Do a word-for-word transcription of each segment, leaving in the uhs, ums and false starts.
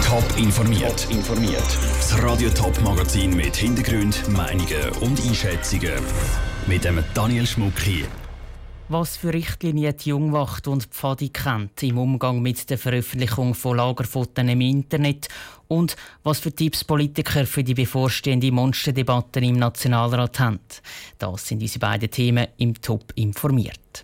Top informiert. Top informiert. Das Radio Top Magazin mit Hintergrund, Meinungen und Einschätzungen mit dem Daniel Schmuck hier. Was für Richtlinien die Jungwacht und die Pfadi kennt im Umgang mit der Veröffentlichung von Lagerfotos im Internet und was für Tipps Politiker für die bevorstehende Monsterdebatte im Nationalrat haben. Das sind unsere beiden Themen im Top informiert.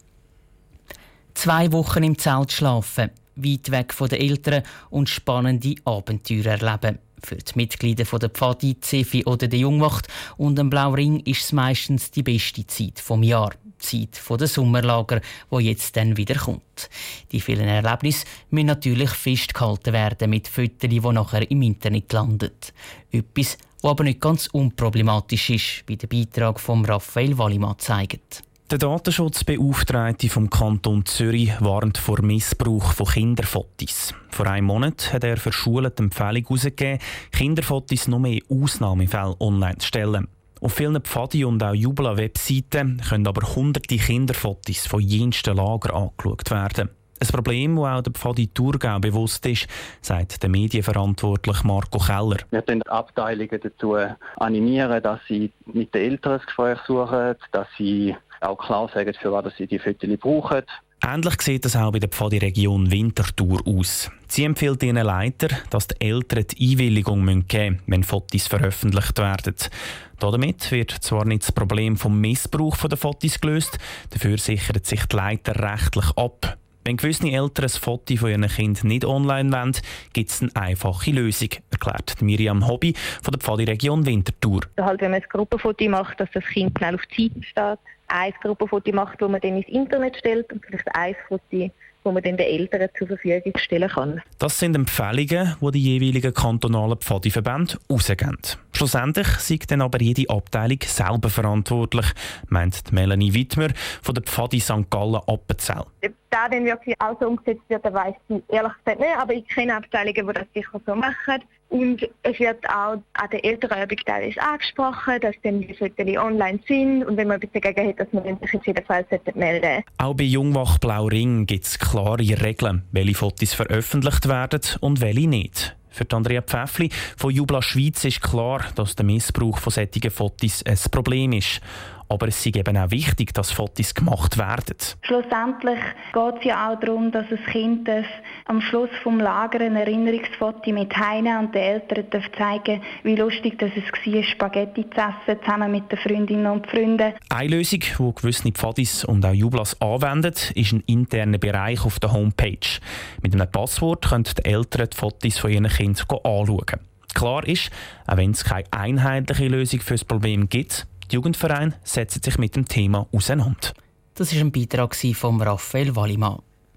Zwei Wochen im Zelt schlafen, weit weg von den Eltern und spannende Abenteuer erleben. Für die Mitglieder der Pfadi, Zefi oder der Jungwacht und dem Blauring ist es meistens die beste Zeit vom Jahr. Die Zeit der Sommerlager, wo jetzt dann wieder kommt. Die vielen Erlebnisse müssen natürlich festgehalten werden mit Fotos, die nachher im Internet landen. Etwas, was aber nicht ganz unproblematisch ist, wie der Beitrag von Raphael Wallimann zeigt. Der Datenschutzbeauftragte vom Kanton Zürich warnt vor Missbrauch von Kinderfotos. Vor einem Monat hat er für Schulen die Empfehlung herausgegeben, Kinderfotos nur mehr Ausnahmefälle online zu stellen. Auf vielen Pfadi- und auch Jubela-Webseiten können aber hunderte Kinderfotos von jensten Lagern angeschaut werden. Ein Problem, das auch der Pfadi Thurgau bewusst ist, sagt der Medienverantwortliche Marco Keller. Wir animieren die Abteilungen dazu, animieren, dass sie mit den Eltern ein Gespräch suchen, dass sie auch klar sagen, für was sie die Fotos brauchen. Ähnlich sieht das auch bei der Pfadi-Region Winterthur aus. Sie empfiehlt ihren Leiter, dass die Eltern die Einwilligung geben müssen, wenn Fotos veröffentlicht werden. Damit wird zwar nicht das Problem vom Missbrauch der Fotos gelöst, dafür sichert sich die Leiter rechtlich ab. Wenn gewisse Eltern ein Foto von ihren Kindern nicht online wollen, gibt es eine einfache Lösung, erklärt Miriam Hobby von der Pfadi-Region Winterthur. Halt, wenn man ein Gruppenfoto macht, dass das Kind schnell auf die Seite steht. Ein Gruppenfoto macht, das man dann ins Internet stellt und vielleicht ein Foto, das man dann den Eltern zur Verfügung stellen kann. Das sind Empfehlungen, die die jeweiligen kantonalen Pfadi-Verbände rausgeben. Schlussendlich ist dann aber jede Abteilung selber verantwortlich, meint Melanie Wittmer von der Pfadi Sankt Gallen Appenzell. Ob das dann wirklich auch so umgesetzt wird, weiss ich ehrlich gesagt nicht, aber ich kenne Abteilungen, die das sicher so machen. Und es wird auch an der Elternübung teilweise angesprochen, dass dann die Fotos online sind und wenn man etwas dagegen hat, dass man sich auf jeden Fall melden sollte. Auch bei Jungwacht Blauring gibt es klare Regeln, welche Fotos veröffentlicht werden und welche nicht. Für Andrea Pfäffli von Jubla Schweiz ist klar, dass der Missbrauch von solchen Fotos ein Problem ist. Aber es ist eben auch wichtig, dass Fotos gemacht werden. Schlussendlich geht es ja auch darum, dass das Kind am Schluss des Lagers ein Erinnerungsfoto mit heimnehmen und den Eltern zeigen, wie lustig dass es war, Spaghetti zu essen, zusammen mit den Freundinnen und Freunden. Eine Lösung, die gewisse Pfadis und auch Jublas anwenden, ist ein interner Bereich auf der Homepage. Mit einem Passwort können die Eltern die Fotos von ihren Kindern anschauen. Klar ist, auch wenn es keine einheitliche Lösung für das Problem gibt, die Jugendvereine setzen sich mit dem Thema auseinander. Das war ein Beitrag von Raphael Wallimann.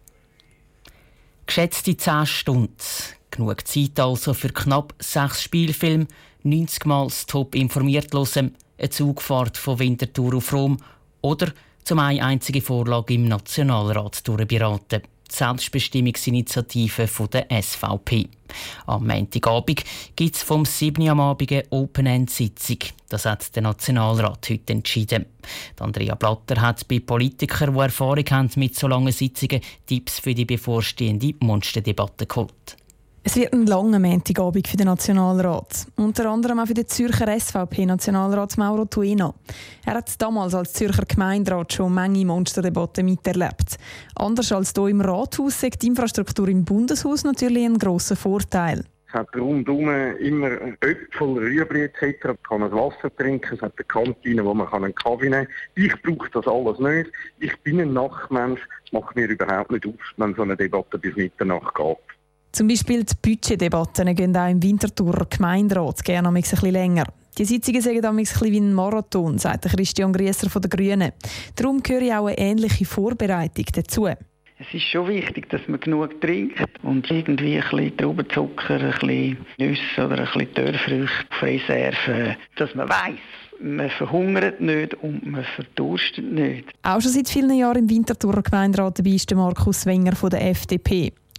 Geschätzte zehn Stunden. Genug Zeit also für knapp sechs Spielfilme, neunzig Mal das Top informiert hören, eine Zugfahrt von Winterthur auf Rom oder zum eine einzige Vorlage im Nationalrat durchberaten. Die Selbstbestimmungsinitiative der S V P. Am Montagabend gibt es vom sieben Uhr am Abend eine Open-End-Sitzung. Das hat der Nationalrat heute entschieden. Andrea Blatter hat bei Politikern, die Erfahrung haben mit so langen Sitzungen, Tipps für die bevorstehende Monsterdebatte geholt. Es wird ein langer Montagabend für den Nationalrat. Unter anderem auch für den Zürcher S V P-Nationalrat Mauro Tuena. Er hat damals als Zürcher Gemeinderat schon Menge Monsterdebatten miterlebt. Anders als hier im Rathaus ist die Infrastruktur im Bundeshaus natürlich ein grosser Vorteil. Es hat rundum immer Äpfel, Rüebli et cetera. Man kann ein Wasser trinken, es hat eine Kantine, wo man einen Kaffee nehmen kann. Ich brauche das alles nicht. Ich bin ein Nachtmensch, es macht mir überhaupt nicht auf, wenn so eine Debatte bis Mitternacht geht. Zum Beispiel die Budgetdebatten gehen auch im Winterthurer Gemeinderat gerne ein bisschen länger. Die Sitzungen sind ein bisschen wie ein Marathon, sagt Christian Grieser von den Grünen. Darum gehört auch eine ähnliche Vorbereitung dazu. Es ist schon wichtig, dass man genug trinkt und irgendwie ein bisschen Traubenzucker, ein bisschen Nüsse oder ein bisschen Törfrüchte auf Reserve, dass man weiss, man verhungert nicht und man verdurstet nicht. Auch schon seit vielen Jahren im Winterthurer Gemeinderat dabei ist der Markus Wenger von der F D P.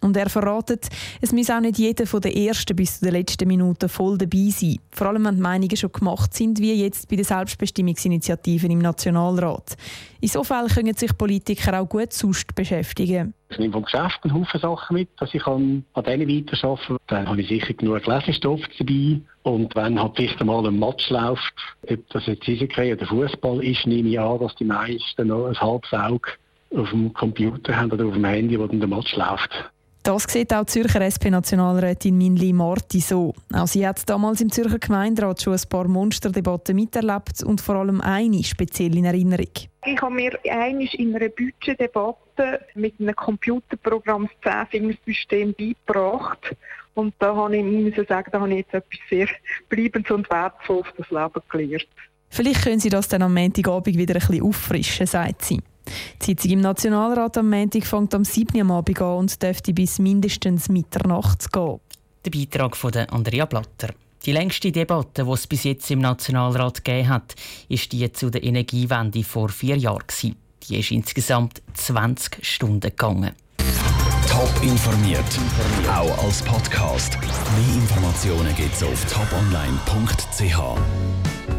Und er verratet, es muss auch nicht jeder von der ersten bis zu der letzten Minute voll dabei sein. Vor allem, wenn die Meinungen schon gemacht sind, wie jetzt bei den Selbstbestimmungsinitiativen im Nationalrat. In so Fällen können sich Politiker auch gut sonst beschäftigen. Ich nehme vom Geschäft einen Haufen Sachen mit, dass ich an denen weiterarbeiten kann. Dann habe ich sicher genug Lesestoff dabei. Und wenn halt vielleicht einmal ein Match läuft, ob das jetzt Eishockey oder Fußball ist, nehme ich an, dass die meisten noch ein halbes Auge auf dem Computer haben oder auf dem Handy, wo dann der Match läuft. Das sieht auch die Zürcher S P-Nationalrätin Minli Marti so. Auch sie hat damals im Zürcher Gemeinderat schon ein paar Monsterdebatten miterlebt und vor allem eine speziell in Erinnerung. Ich habe mir einmal in einer Budgetdebatte mit einem Computerprogramm das Zehn-Finger-System beigebracht. Und da habe ich, muss ich sagen, da habe ich jetzt etwas sehr Bleibendes und Wertvolles für das Leben gelernt. Vielleicht können Sie das dann am Montagabend wieder ein bisschen auffrischen, sagt sie. Die Sitzung im Nationalrat am Montag fängt am sieben Uhr am Abend an und dürfte bis mindestens Mitternacht gehen. Der Beitrag von Andrea Blatter. Die längste Debatte, die es bis jetzt im Nationalrat gegeben hat, ist die zu der Energiewende vor vier Jahren. Die ist insgesamt zwanzig Stunden gegangen. Top informiert, auch als Podcast. Mehr Informationen gibt es auf top online punkt c h.